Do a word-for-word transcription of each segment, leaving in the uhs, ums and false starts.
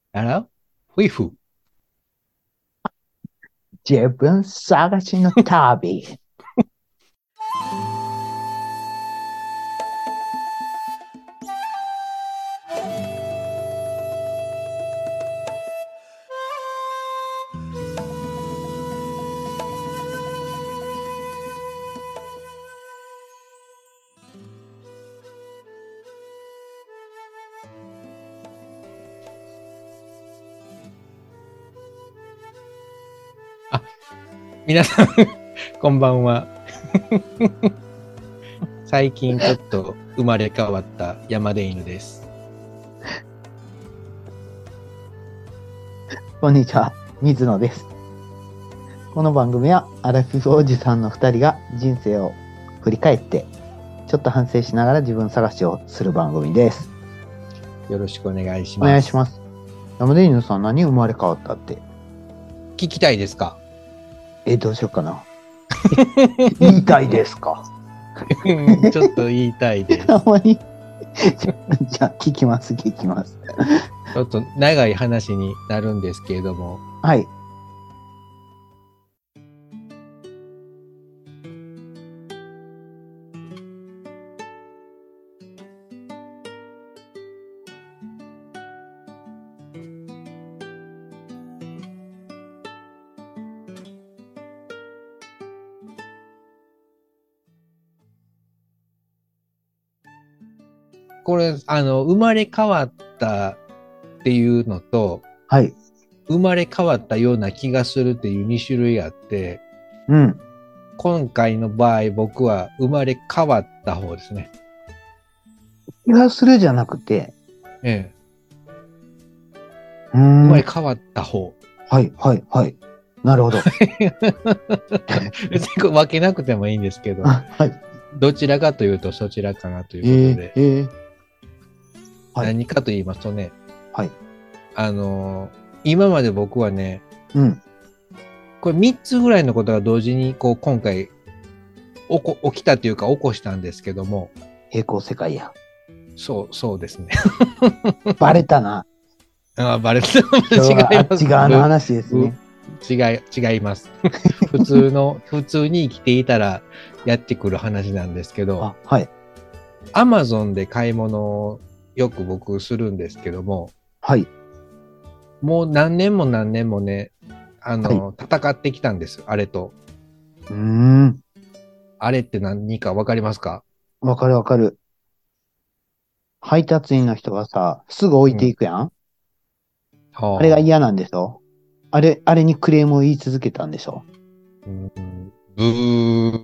あらウィフ。 自分探しの旅。 あ、皆さんこんばんは。最近ちょっと生まれ変わった山出犬です。 こんにちは、水野です。この番組はアラフィフおじさんのふたりが人生を振り返ってちょっと反省しながら自分探しをする番組です。 よろしくお願いしお願ます。 いします。山田犬さん、何生まれ変わったって？ 聞きたいですか？ え、どうしようかな。言いたいですか？ ちょっと言いたいです。 あんまりじゃあ聞きます聞きます。 ちょっと長い話になるんですけれども、 はい。 これ、あの、生まれ変わったっていうのと、 はい。 生まれ変わったような気がするっていうに種類あって、 うん。 今回の場合僕は生まれ変わった方ですね。 気がするじゃなくて、 ええ。 うーん。 生まれ変わった方。 はいはいはい。なるほど。 別にこれ分けなくてもいいんですけど、 あ、はい。 どちらかというとそちらかなというえー、 ことで、 えー、はい。 何かと言いますとね、 はい。 あのー今まで僕はね、 うん。 これみっつぐらいのことが同時にこう今回起こ起きたというか起こしたんですけども、 平行世界や。 そう、そうですね。 バレたな。 ああ、バレた。 今日はあっ違います。 ち側のぶ話ですぶね。 違い、違います。普通の、普通に生きていたらやってくる話なんですけど、 あ、はい。 アマゾンで買い物をよく僕するんですけども、 はい。 もう何年も何年もね、あはい。 の、戦ってきたんです、あれと。 うーん。 あれって何かわかりますか？ わかるわかる。配達員の人がさ、すぐ置いうん。 ていくやん。あれがはあ。 嫌なんでしょ？あれ、あれにクレームを言い続けたんでしょ？ うん、ブー。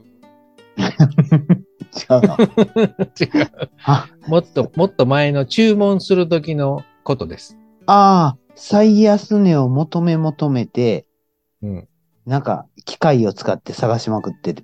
違うの？ 違う。 あ、 もっと、もっと前の注文する時のことです。 ああ、最安値を求め求めて、 うん。 なんか、機械を使って探しまくってる。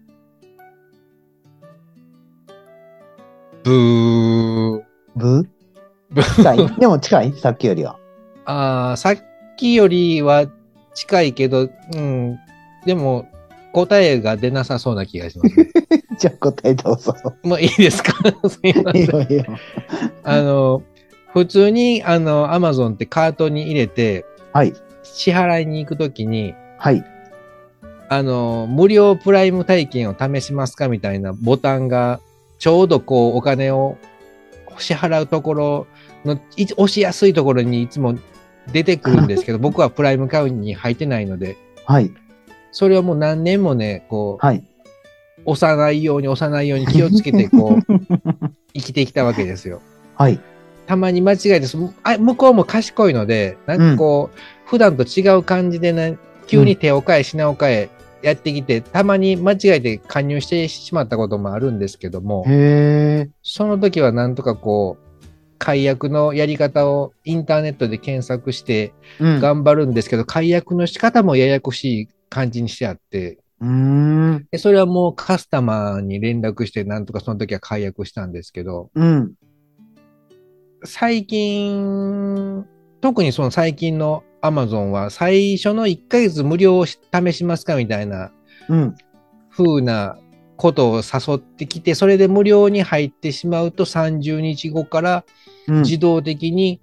ブー。 ブブ近いでー。 も近いさっきよりは。 ああ、さっきよりは近いけど、うん。でも、答えが出なさそうな気がしますね。 じゃあ答えどうぞ。 もういいですか？すいません。 いいよいいよ。 あの、普通に、あの、アマゾンってカートに入れて、 はい。 支払いに行くときに、 はい。 あの、無料プライム体験を試しますかみたいなボタンが、ちょうどこう、お金を支払うところの、い押しやすいところにいつも出てくるんですけど、僕はプライム会員に入ってないので、 はい。 それをもう何年もね、こはい。 う、押さないように押さないように気をつけて、こう、生きてきたわけですよ。 はい。 たまに間違えて、あ、向こうも賢いので、なんうん。 かこう、普段と違う感じでね、 うん。 急に手を変え品を変えやってきて、たまに間違えて加入してしまったこともあるんですけどへも、 え。 その時はなんとかこう、解約のやり方をインターネットで検索してうん。 頑張るんですけど、解約の仕方もややこしい感じにしてあって、 うーん。 でそれはもうカスタマーに連絡して、なんとかその時は解約したんですけど、 うん。 最近、特にその最近のアマゾンは最初のいっかげつ無料試しますかみたいなうん。 風なことを誘ってきて、それで無料に入ってしまうとさんじゅうにちごからうん。 自動的に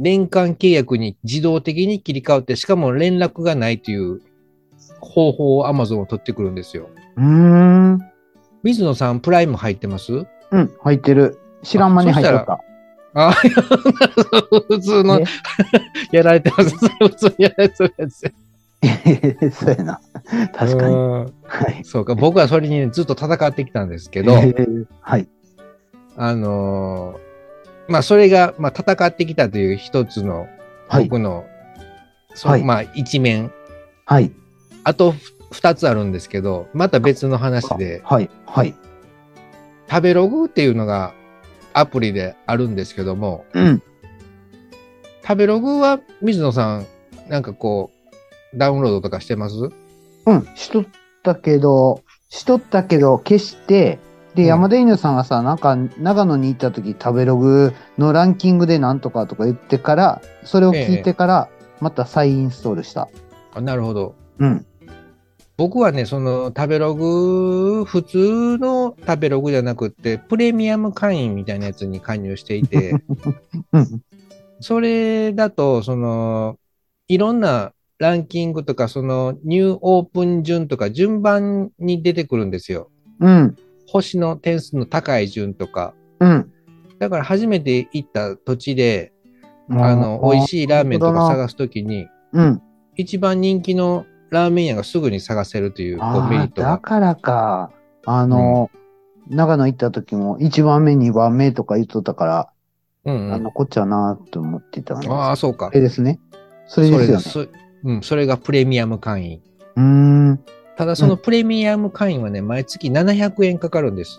年間契約に自動的に切り替わって、しかも連絡がないという方法を Amazon は取ってくるんですよ。 うーん。 水野さん、プライム入ってます？ うん、入ってる。知らん間に入っとった。 あ、普通のやられてます。普通にやられてるやつ。 そうやな。確かに。 はい。そうか、僕はそれに、ね、ずっと戦ってきたんですけど、 はい。 あのー、まあ、それが、まあ、戦ってきたという一つの、僕の、はい、まあ、一面。 はい。 あと、二つあるんですけど、また別の話で、 はい。はい。 食べログっていうのがアプリであるんですけども、 うん。 食べログは水野さん、なんかこう、ダウンロードとかしてます？ うん、しとったけど、しとったけど、消して、で、うん、山田犬さんがさ、なんか、長野に行った時、食べログのランキングでなんとかとか言ってから、それを聞いてから、また再インストールした。 ええ、あ、なるほど。 うん。 僕はね、その食べログ、普通の食べログじゃなくって、プレミアム会員みたいなやつに加入していて、 うん、 それだと、その、いろんなランキングとか、その、ニューオープン順とか、順番に出てくるんですよ。 うん。 星の点数の高い順とか。 うん。 だから初めて行った土地で、あの、美味しいラーメンとか探すときに、 うん。 一番人気のラーメン屋がすぐに探せるという、こうメリットが。 だからか。あの、うん、長野行った時もいちばんめ、にばんめとか言っとったから、うんうん、あのこっちゃなと思ってたんです。 ああ、そうか。 えですね。それですよね。 それです。うん、それがプレミアム会員。 うーん。 ただそのプレミアム会員はね、うん、毎月ななひゃくえんかかるんです。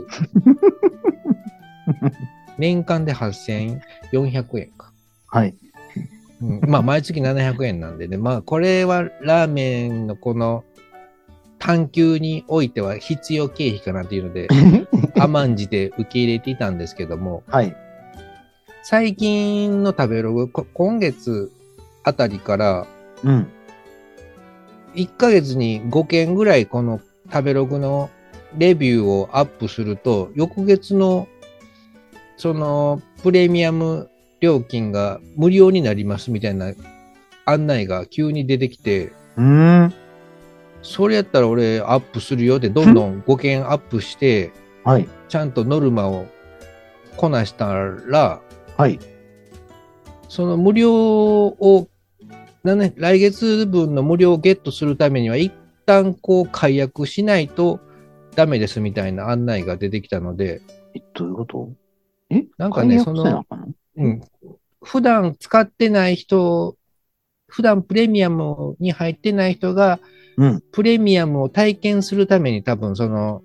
年間ではっせんよんひゃくえんか。 はい。 うん、まあ毎月ななひゃくえんなんでね、まあこれはラーメンのこの探求においては必要経費かなっていうので、甘んじて受け入れていたんですけども、 はい。 最近の食べログ、今月あたりから、うん、いっかげつにごけんぐらいこの食べログのレビューをアップすると、翌月のそのプレミアム料金が無料になりますみたいな案内が急に出てきて、 うーん、 それやったら俺アップするよってどんどんごけんアップして、 はい、 ちゃんとノルマをこなしたら、 はい、 その無料を、ね、来月分の無料をゲットするためには一旦こう解約しないとダメですみたいな案内が出てきたので、 え、どういうこと？え、 なんかね、その、うん、普段使ってない人、普段プレミアムに入ってない人が、うん、プレミアムを体験するために多分その、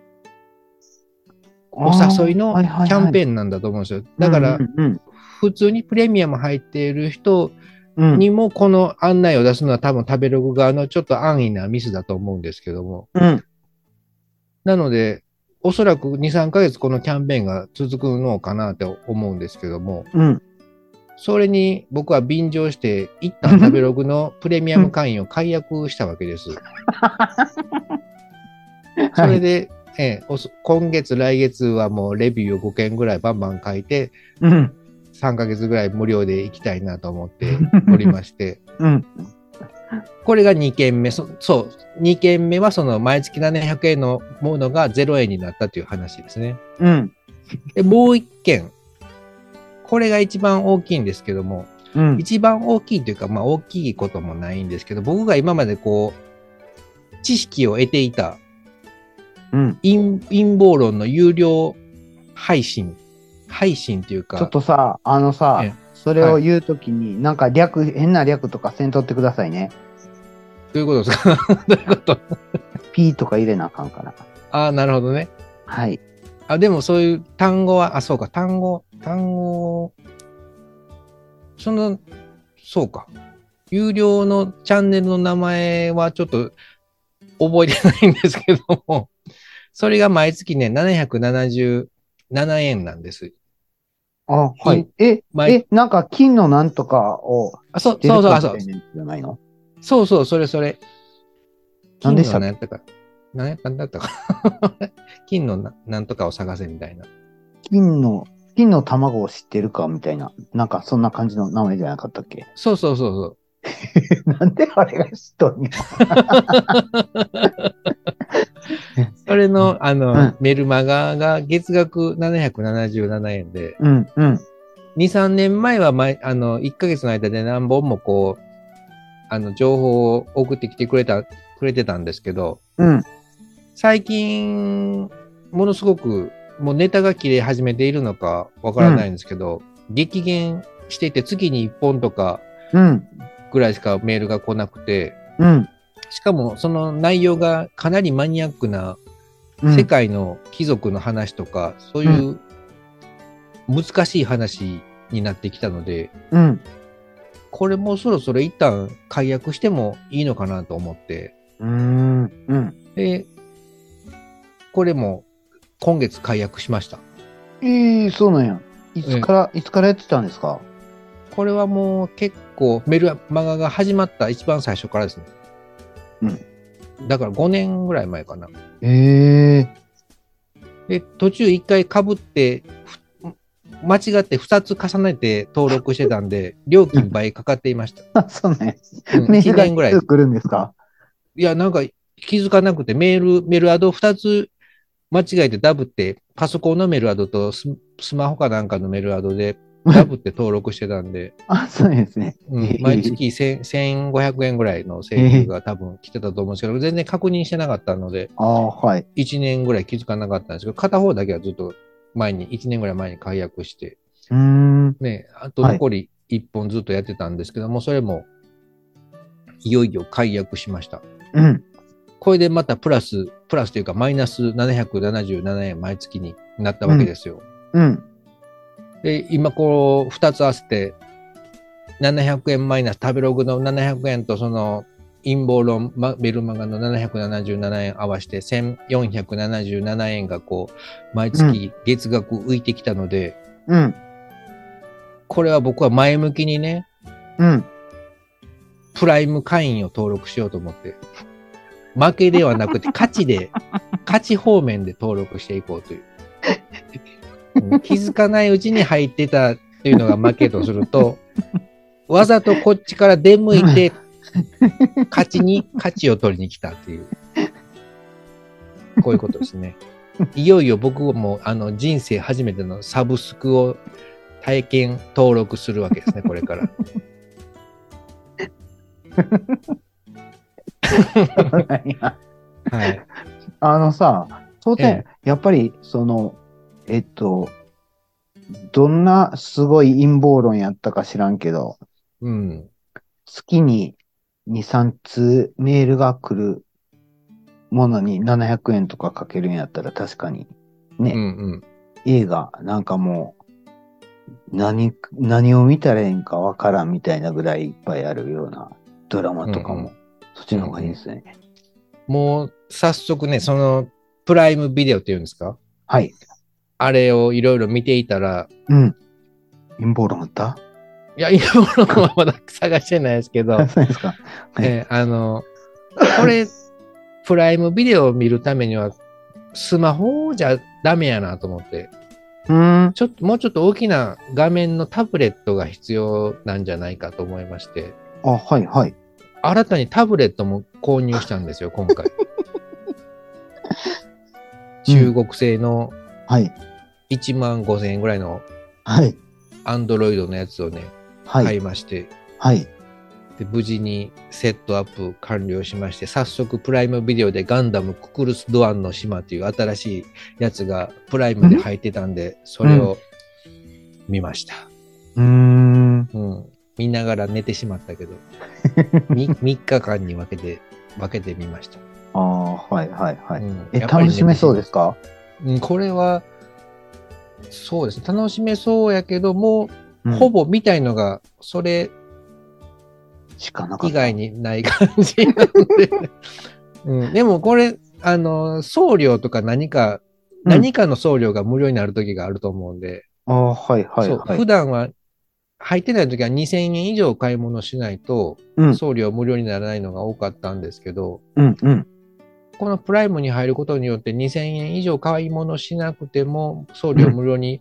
お誘いのキャンペーンなんだと思うんですよ。だから、普通にプレミアム入っている人にもこの案内を出すのは多分食べログ側のちょっと安易なミスだと思うんですけども。うん、なので、おそらくに、さんかげつこのキャンペーンが続くのかなって思うんですけども、うん、それに僕は便乗して、一旦食べログのプレミアム会員を解約したわけです。それで、はい、えー、今月、来月はもうレビューをごけんぐらいバンバン書いて、うん、さんかげつぐらい無料で行きたいなと思っておりまして、うん、これがにけんめ、そ、そう、にけんめはその毎月ななひゃくえんのものがゼロえんになったという話ですね。うん。で、もういっけん。これが一番大きいんですけども、うん、一番大きいというか、まあ大きいこともないんですけど、僕が今までこう、知識を得ていた、うん、陰、陰謀論の有料配信、配信というか。 ちょっとさ、あのさ、それを言うときに、はい、なんか略、変な略とかせんとってくださいね。 どういうことですか？どういうこと？ ピーとか入れなあかんから。 ああ、なるほどね。 はい。 あ、でもそういう単語は、あ、そうか、単語、単語、その、そうか。有料のチャンネルの名前はちょっと覚えてないんですけども、それが毎月ね、ななひゃくななじゅうななえんなんです。 あ、はい。え、え、なんか金のなんとかを知ってるかみたいなやつじゃないの？ そうそう、それそれ。 何でしたっけ？ 金の何やったか。何やったか。金のななんとかを探せみたいな。 金の、 金の卵を知ってるかみたいな。なんかそんな感じの名前じゃなかったっけ？ そうそうそうそう。 なんであれが知っとんの？ それの、あの、 うん、 メルマガが月額ななひゃくななじゅうななえんで、 うん、うん、 に、さんねんまえは毎、あの、いっかげつの間で何本もこう、あの、情報を送ってきてくれた、くれてたんですけど、 うん、 最近、ものすごく、もうネタが切れ始めているのかわかうん、 らないんですけど、激減していて、月にいっぽんとかうん、 ぐらいしかメールが来なくて、 うん、 しかもその内容がかなりマニアックな世うん、 界の貴族の話とか、そううん、 いう難しい話になってきたので、 うん、 これもうそろそろ一旦解約してもいいのかなと思って、 うん、うん。 で、これも今月解約しました。 ええ、そうなんや。いつえから、いつからやってたんですか？ これはもう結構メルマガが始まった一番最初からですね。 うん。 だからごねんぐらい前かな。 ええ。 で、途中一回被って、間違ってふたつ重ねて登録してたんで、料金倍かかっていました。 あ、そうなんや。 うん、1 メールが年ぐらい。 いつ来るんですか？ いや、なんか気づかなくて、メール、メールアドふたつ間違えてダブって、パソコンのメールアドとス、スマホかなんかのメールアドでダブって登録してたんで、 あ、そうなんですね。 うん、 ええ。 毎月せんごひゃくえんぐらいの請求が多分来てたと思うんですけど、全然確認してなかったので、 ああ、はい。 いちねんぐらい気づかなかったんですけど、片方だけはずっと前に、いちねんぐらい前に解約して、 うーん。 ね、あとはい。 残りいっぽんずっとやってたんですけども、それもいよいよ解約しました。 うん。 これでまたプラス、プラスというかマイナスななひゃくななじゅうななえん毎月になったうん。 わけですよ。 うん。 で、今こう、ふたつ合わせて、ななひゃくえんマイナス、食べログのななひゃくえんとその陰謀論メルマガのななひゃくななじゅうななえん合わせてせんよんひゃくななじゅうななえんがこう、毎うん。 月月額浮いてきたので、 うん。 これは僕は前向きにね、 うん。 プライム会員を登録しようと思って、負けではなくて勝ちで、勝ち方面で登録していこうという。うん、気づかないうちに入ってたっていうのが負けとすると、わざとこっちから出向いて、勝ちに、勝ちを取りに来たっていう。こういうことですね。いよいよ僕もあの人生初めてのサブスクを体験登録するわけですね、これから。はい。 あのさ、当然、 ええ、 やっぱり、その、えっと、どんなすごい陰謀論やったか知らんけど、 うん。 月にに、さん通メールが来るものにななひゃくえんとかかけるんやったら確かに、ね、 うんうん。 映画なんかもう何、何を見たらええんかわからんみたいなぐらいいっぱいあるようなドラマとかも、 うんうん。 そっちの方がいいですね。 もう早速ね、そのプライムビデオっていうんですか？ はい。 あれをいろいろ見ていたら、 うん。陰謀論あった？ いや、今のはまだ探してないですけど、 そうですか。はい。 えーあの、これ、プライムビデオを見るためには、スマホじゃダメやなと思って、 うーん。 ちょっと、もうちょっと大きな画面のタブレットが必要なんじゃないかと思いまして、 あ、はいはい。 新たにタブレットも購入したんですよ、今回。 うん。 中国製のはい。 いちまんごせんえんぐらいのはい。 アンドロイドのやつをね、 はい。 買いまして、 はい。 で無事にセットアップ完了しまして、早速プライムビデオでガンダムククルス・ドアンの島という新しいやつがプライムで入ってたんで、それを見ました。 うーん。 うん。見ながら寝てしまったけど、みっかかんに分けて、分けてみました。 ああ、はいはいはい。 うん、 え、 やっぱり楽しめそうですか？ うん、これは、そうですね。楽しめそうやけども、 うん。 ほぼ見たいのが、それしかなかった。 以外にない感じなんで、うん、でもこれ、あの、送料とか何か、 うん。 何かの送料が無料になる時があると思うんで、 ああ、はいはいそう、 はい。 普段は入ってない時はにせんえん以上買い物しないと、 うん。 送料無料にならないのが多かったんですけど、 うんうん。 このプライムに入ることによってにせんえん以上買い物しなくても送料うん。 無料に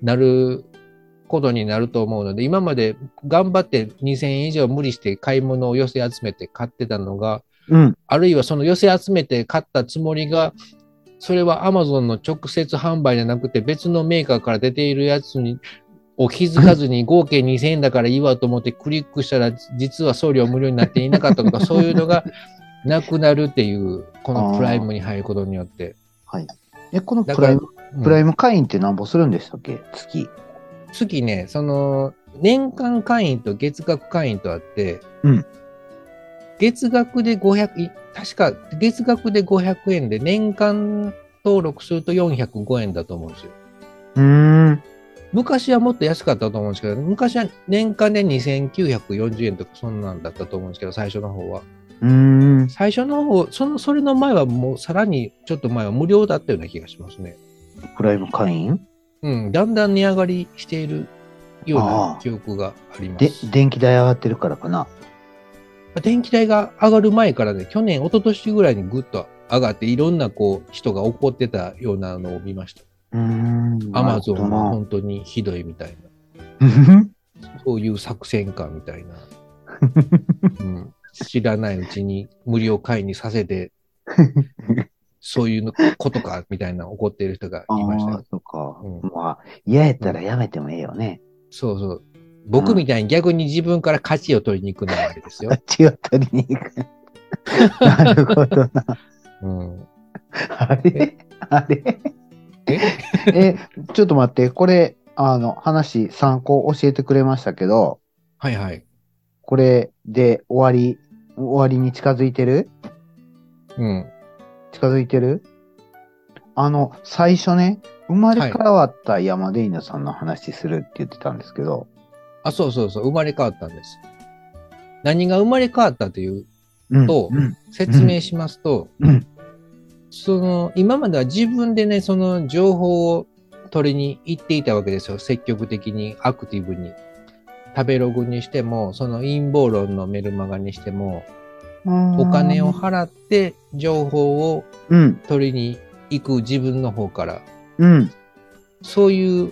なることになると思うので、今まで頑張ってにせんえん以上無理して買い物を寄せ集めて買ってたのが、 うん。 あるいはその寄せ集めて買ったつもりが、それは Amazon の直接販売じゃなくて別のメーカーから出ているやつにを気づかずに合計にせんえんだからいいわと思ってクリックしたら実は送料無料になっていなかったとかそういうのがなくなるっていう、このプライムに入ることによって。 はい。え、このプライム、 うん、 プライム会員って何ぼするんでしたっけ、月。 月ね、その年間会員と月額会員とあって、 うん。 月額でごひゃく、確か月額でごひゃくえんで年間登録するとよんひゃくごえんだと思うんですよ。 うーん。 昔はもっと安かったと思うんですけど、昔は年間でにせんきゅうひゃくよんじゅうえんとかそんなんだったと思うんですけど、最初の方は。 うーん。 最初の方、その、それの前はもうさらにちょっと前は無料だったような気がしますね。 プライム会員。 うん、だんだん値上がりしているような記憶がありまで、 す。 電気代上がってるからかな。 電気代が上がる前からね、去年、一昨年ぐらいにぐっと上がって、いろんなこう人が怒ってたようなのを見ました。 うーん。 アマゾンはなる本当にひどいみたいほどな。 な。そういう作戦かみたいな。うん、知らないうちに無料会員にさせて、そういうのことかみたいな怒っている人がいましたよ。 ああ、そっか。 うん、 まあ、嫌やったらやめてもええよね。 そうそう。僕みたいに逆に自分から勝ちを取りに行くのはあれですよ。 勝ちを取りに行く。なるほどな。 うん、 あれあれええ、ちょっと待って、これ、あの、話参考教えてくれましたけど、 はいはい。 これで終わり、終わりに近づいてるうん。 近づいてるあの、最初ね、生まれ変わった山出犬さんの話するって言ってたんですけど、 あ、そうそうそう、生まれ変わったんです。何が生まれ変わったといううん、 と、 うん、 説明しますと、 うん、 その、今までは自分でね、その情報を取りに行っていたわけですよ。積極的に、アクティブに。食べログにしても、その陰謀論のメルマガにしても、お金を払って情報を取りに行く自分の方から、 うん、 そういう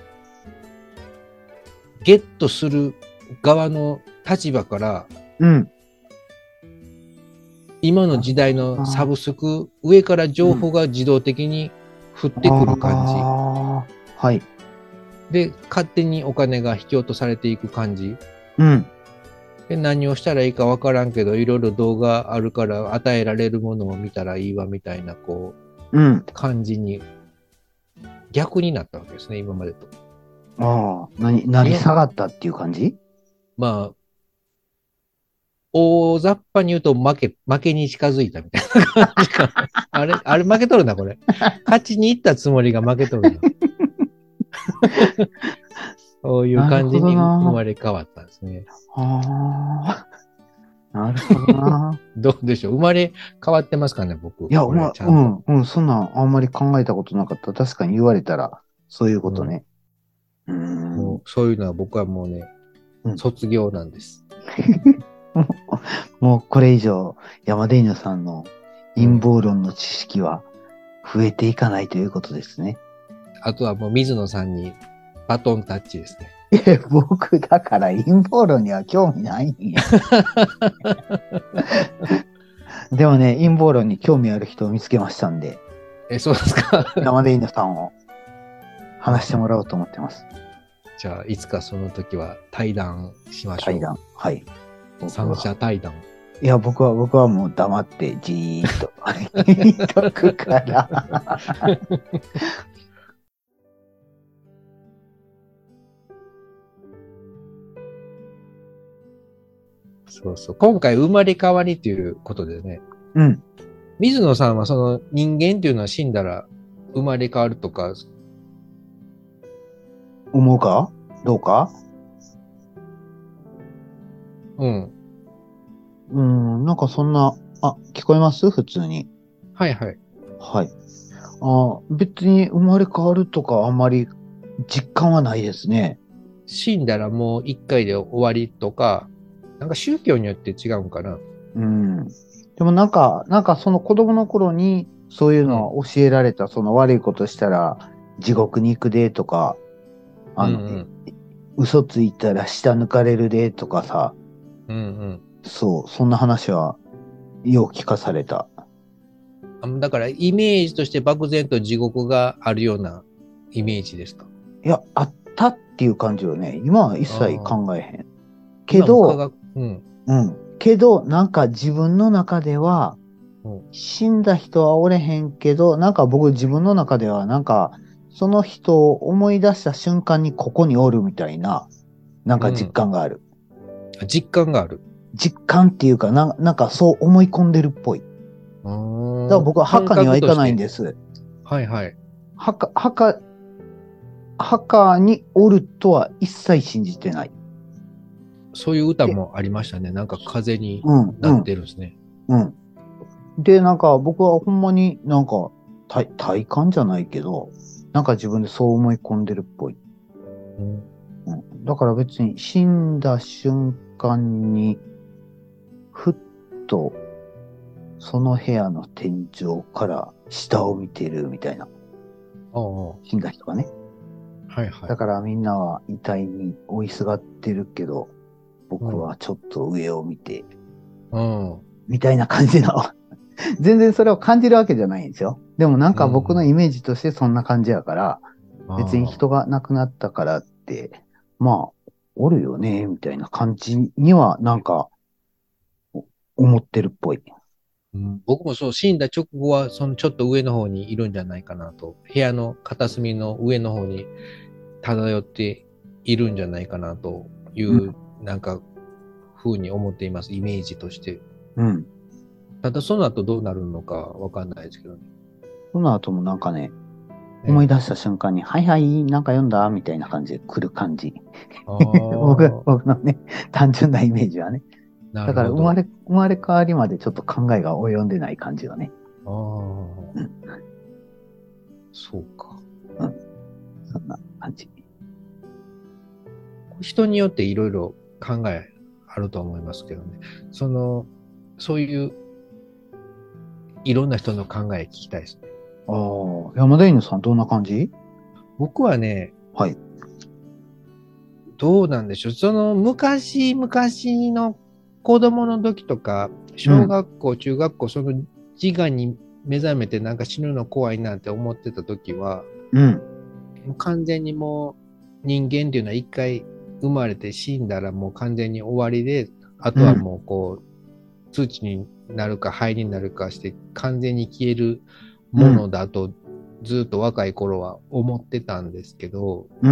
ゲットする側の立場から、 うん、 今の時代のサブスク、上から情報が自動的に降ってくる感じ。 はい。 で、勝手にお金が引き落とされていく感じ。 うん。 で、何をしたらいいかわからんけど、いろいろ動画あるから与えられるものを見たらいいわみたいな、こう、うん、感じに逆になったわけですね、今までと。 ああ、なに、なり下がったっていう感じ？ まあ、大雑把に言うと負け、負けに近づいたみたいな感じか。あれ、あれ負けとるな、これ。勝ちに行ったつもりが負けとるな。そういう感じに生まれ変わったんですね。 ああ、なるほどな。 どうでしょう、生まれ変わってますかね、僕。 いや、まあ、うん、うん、そんなんあんまり考えたことなかった。確かに言われたら、そういうことね。 うん、もうそういうのは僕はもうね、うん、卒業なんです。 もうこれ以上、山出犬さんの陰謀論の知識は増えていかないということですね。 あとはもう水野さんにバトンタッチですね。 いや、僕だから陰謀論には興味ないんや。でもね、陰謀論に興味ある人を見つけましたんで。 え、そうですか。 山出犬さんを話してもらおうと思ってます。 じゃあ、いつかその時は対談しましょう。 対談。はい。 三者対談。 いや、僕は、僕はもう黙ってじーっと言っとくから。 そうそう。今回、生まれ変わりということでね。 うん。 水野さんは、その人間っていうのは死んだら生まれ変わるとか。 思うかどうかうん。 うん、なんかそんな、あ、聞こえます普通に。 はいはい。 はい。あ、別に生まれ変わるとかあんまり実感はないですね。 死んだらもう一回で終わりとか、なんか宗教によって違うんかな。 うん。でもなんか、なんかその子供の頃にそういうのを教えられた、うん、その悪いことしたら地獄に行くでとか、 あの、 うんうん嘘ついたら下抜かれるでとかさ、 うんうんそう、そんな話はよう聞かされた。 あだからイメージとして漠然と地獄があるようなイメージですか？ いや、あったっていう感じよね。今は一あ切あ、 考えへん。け今も科ど、 学、うん、 うん。けど、なんか自分の中では、 うん、 死んだ人はおれへんけど、なんか僕自分の中では、なんか、その人を思い出した瞬間にここにおるみたいな、なんか実うん。 感がある。 実感がある。 実感っていうかな、なんかそう思い込んでるっぽい。だかうーん、 ら僕は感墓には行か覚として。 ないんです。 はいはい。 墓、墓、墓におるとは一切信じてない。 そういう歌で、 もありましたね。なんか風にうん、 なっうん、 てるんですね。 うん。で、なんか僕はほんまになんか体、体感じゃないけど、なんか自分でそう思い込んでるっぽい。 うん、 うん、だから別に死んだ瞬間に、ふっとその部屋の天井から下を見てるみたいな。 ああ、は死んだ人がね。 いはい。 だからみんなは遺体に追いすがってるけど、僕うん、 はちょっと上を見て、 うん、うん、 みたいな感じの全然それを感じるわけじゃないんですよ。でもなんうか僕のん。 イメージとしてそんな感じやから、別にあ人が亡くなったからって、まあ、おるよね、みたいな感じにはなんかお思ってるっぽい。 うん、僕もそう、死んだ直後は、そのちょっと上の方にいるんじゃないかなと。部屋の片隅の上の方に漂っているんじゃないかなというん、 う、なんか、風に思っています。イメージとして。 うん。 ただ、その後どうなるのかわかんないですけどね。 その後もなんかね、思いね。 出した瞬間に、はいはい、なんか読んだみたいな感じで来る感じ。 あ僕、 あ、 僕のね、単純なイメージはね。 なだるほど。 から生まれ、生まれ変わりまでちょっと考えが及んでない感じよね。 ああ、 うん、 そうか。 うん、そんな感じ。 人によっていろいろ考えあると思いますけどね。その、そういういろんな人の考え聞きたいですね。 ああ、山田犬さんどんな感じ？ 僕はね、 はい。 どうなんでしょう。その昔々の子供の時とか、 うん、 小学校、中学校、その自我に目覚めてなんか死ぬの怖いなって思ってた時は、 うん、 もう完全にもう人間っていうのは一回生まれて死んだらもう完全に終わりで、あとはうん、 もうこう、土になるか灰になるかして完全に消えるもうん、 のだとずっと若い頃は思ってたんですけど、 うん、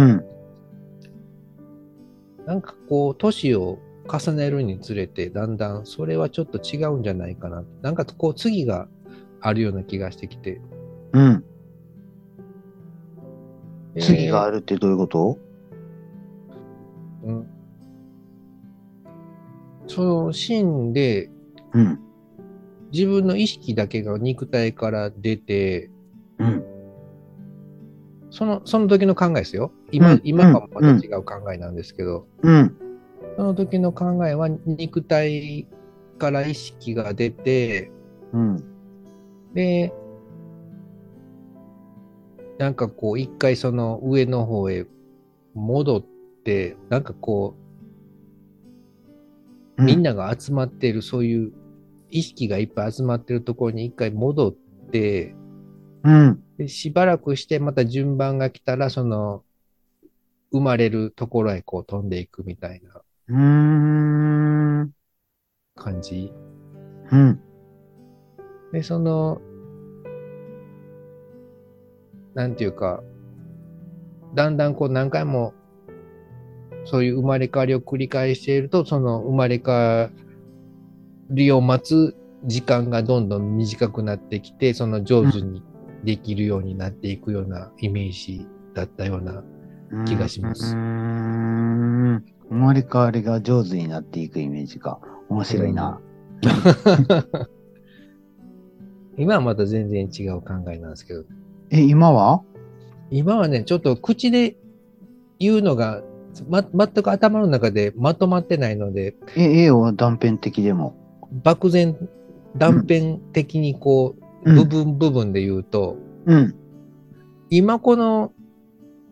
なんかこう、年を重ねるにつれて、だんだんそれはちょっと違うんじゃないかな。なんかこう、次があるような気がしてきて。 うん。次がで、 あるってどういうこと？ うん、その死んで、 うん、 自分の意識だけが肉体から出て、 うん、 その、その時の考えですよ。今、 うん、うん、 今はまたうん、 違う考えなんですけど、 うん、 その時の考えは肉体から意識が出て、 うん、 で、なんかこう、一回その上の方へ戻って、なんかこう、みんうん、 なが集まっている、そういう意識がいっぱい集まっているところに一回戻って、 うん、 でしばらくしてまた順番が来たら、その生まれるところへこう飛んでいくみたいなうーん、 感じ。 うん、 で、その、なんていうか、だんだんこう何回もそういう生まれ変わりを繰り返していると、その生まれ変わりを待つ時間がどんどん短くなってきて、その上手にできるようになっていくようなイメージだったようなうん、 気がうします。 ーん。生まれ変わりが上手になっていくイメージか。面うん、 白いな。 今はまた全然違う考えなんですけど、 え、今は？ 今はね、ちょっと口で言うのが、ま、全く頭の中でまとまってないので、 え、ええよ、断片的でも。 漠然、断うん、 片的にこう、 うん、 部分部分で言うと、 うん、 今この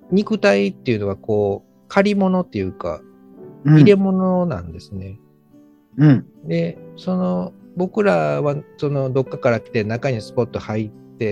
肉体っていうのはこう、借り物っていうか、 うん入れ物なんですね。 うん。 で、その、僕らは、その、どっかから来て中にスポッと入って、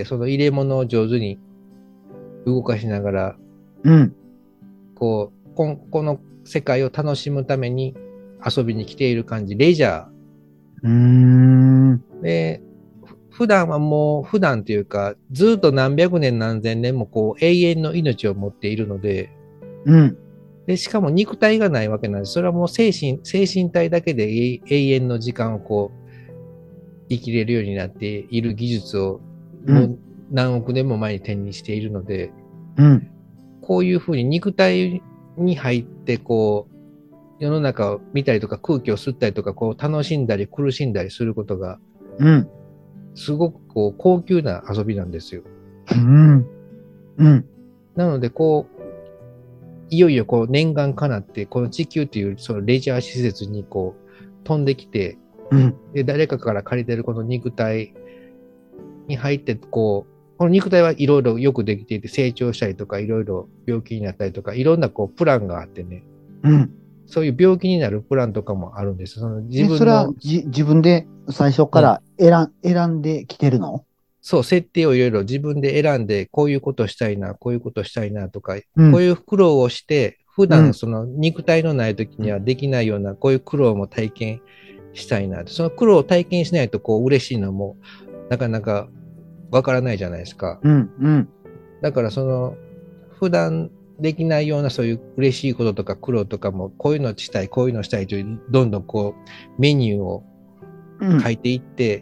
その入れ物を上手に動かしながら、 うん。 こう、こんこの世界を楽しむために遊びに来ている感じ、レジャうーん。 ー。で、ふ普段はもう、普段というか、ずっと何百年何千年もこう、永遠の命を持っているので、 うん。 で、しかも肉体がないわけなんです。それはもう精神、精神体だけで永永遠の時間をこう、生きれるようになっている技術を、もう何億年も前に手にしているので、 うん。 こういうふうに肉体に入って、こう、世の中を見たりとか空気を吸ったりとか、こう楽しんだり苦しんだりすることが、 うん。 すごくこう高級な遊びなんですよ。 うん。うん。 なので、こう、いよいよこう念願かなって、この地球というそのレジャー施設にこう飛んできて、 うん。 で、誰かから借りてるこの肉体に入って、こう、この肉体はいろいろよくできていて成長したりとか、いろいろ病気になったりとか、いろんなこうプランがあってね、 うん。 そういう病気になるプランとかもあるんです。その自え、それは分の、 じ、自分で最初から選ん、選んできてるの？ そう、設定をいろいろ自分で選んで、こういうことしたいな、こういうことしたいなとか、 うん。 こういう苦労をして、普うん。 段その肉体のない時にはできないような、こういう苦労も体験したいな。その苦労を体験しないと、こう嬉しいのも、なかなかわからないじゃないですか。 うん。うん。 だからその、普段できないようなそういう嬉しいこととか苦労とかも、こういうのしたい、こういうのしたいという、どんどんこう、メニューをうん。 書いていって、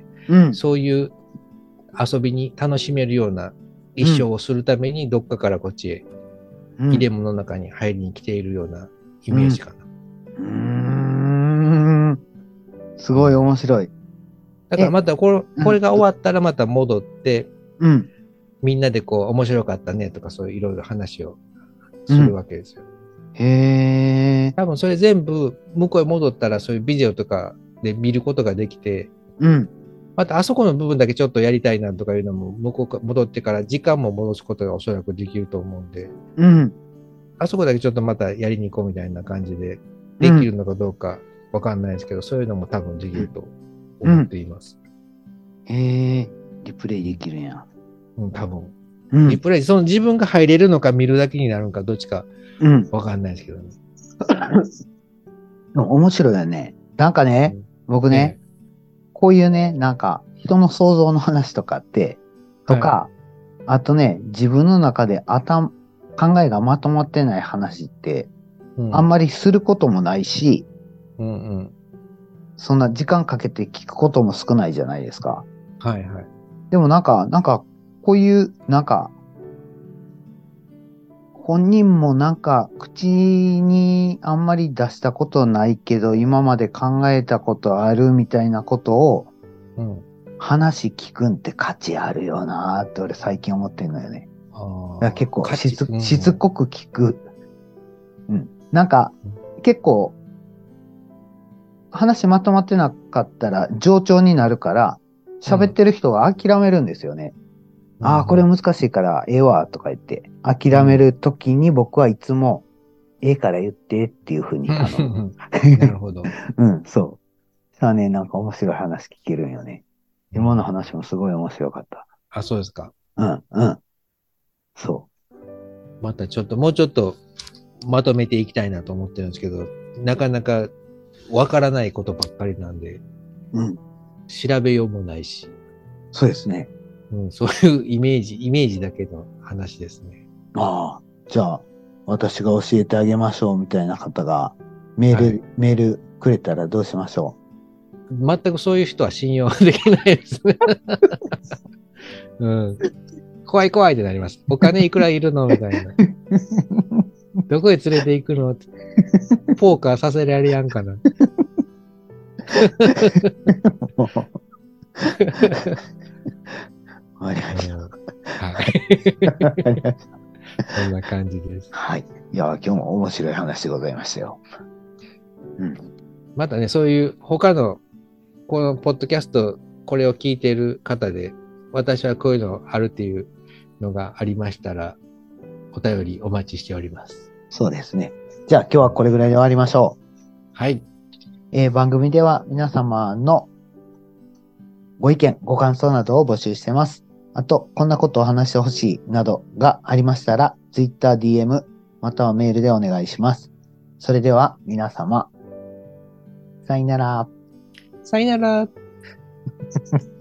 うん。 そういう遊びに楽しめるような一生をするために、どっかからこっちへうん。 入れ物の中に入りに来ているようなイメージかな。 うーん。すごい面白い。 だからまたこれ、 うん。 これが終わったらまた戻って、 うん。 みんなでこう面白かったねとかそういういろいろ話をするうん。 わけですよ。 へえ。 多分それ全部向こうへ戻ったらそういうビデオとかで見ることができて、 うん。 またあそこの部分だけちょっとやりたいなとかいうのも向こうか戻ってから時間も戻すことがおそらくできると思うんで、 うん。 あそこだけちょっとまたやりに行こうみたいな感じでうん。 できるのかどうかわかんないですけど、そういうのも多分できると思っうん。 ています。 へえ。リプレイできるんや。 うん、多分。 うん。 リプレイ、その自分が入れるのか見るだけになるのかどっちかうん。 わかんないですけどね。 面白いよね。なんかね、僕ね、 ねこういうね、なんか、人の想像の話とかって、とか、あとね、自分の中で頭、考えがまとまってない話って、 うんあんまりすることもないし、 うんうん。 そんな時間かけて聞くことも少ないじゃないですか。 はいはい。 でもなんか、なんか、こういう、なんか、本人もなんか、口にあんまり出したことないけど、今まで考えたことあるみたいなことを、 うん。 話聞くんって価値あるよなーって俺最近思ってんのよね。 あだから結構価値しつ、 うんしつこく聞く。うん。なんか、結構、話まとまってなかったら冗長になるから、喋ってる人が諦めるんですよね。ああ、これ難しいからええわ、とか言って。諦めるときに僕はいつも、ええから言ってっていうふうに頼む。 なるほど。 うん、そう。さあね、なんか面白い話聞けるんよね。今の話もすごい面白かった。 あ、そうですか。 うん、うん。そまたちょっと、もうちょっとまとめていきたいなと思ってるんですけど、なかなかわからないことばっかりなんで、 う。うん。 調べようもないし、 そうですね。 うん、そういうイメージ、イメージだけの話ですね。 ああ。じゃあ、私が教えてあげましょうみたいな方が、メール、 はいメールくれたらどうしましょ全くそういう人は信用できないですね。うん、怖い怖いってなります。お金いくらいるのみたいな。どこへ連れて行くのポーカーさせられやんかな。 う。わかりました。 うんはい。そんな感じです。 はい。いや、今日も面白い話でございましたよ。うん。 またね、そういう他の、このポッドキャスト、これを聞いている方で、私はこういうのあるっていうのがありましたら、 お便りお待ちしております。 そうですね。じゃあ今日はこれぐらいで終わりましょう。 はい。 えー番組では皆様のご意見、ご感想などを募集してます。あと、こんなことを話してほしいなどがありましたら、Twitter、ディーエム、またはメールでお願いします。それでは皆様、さよなら。 さよなら。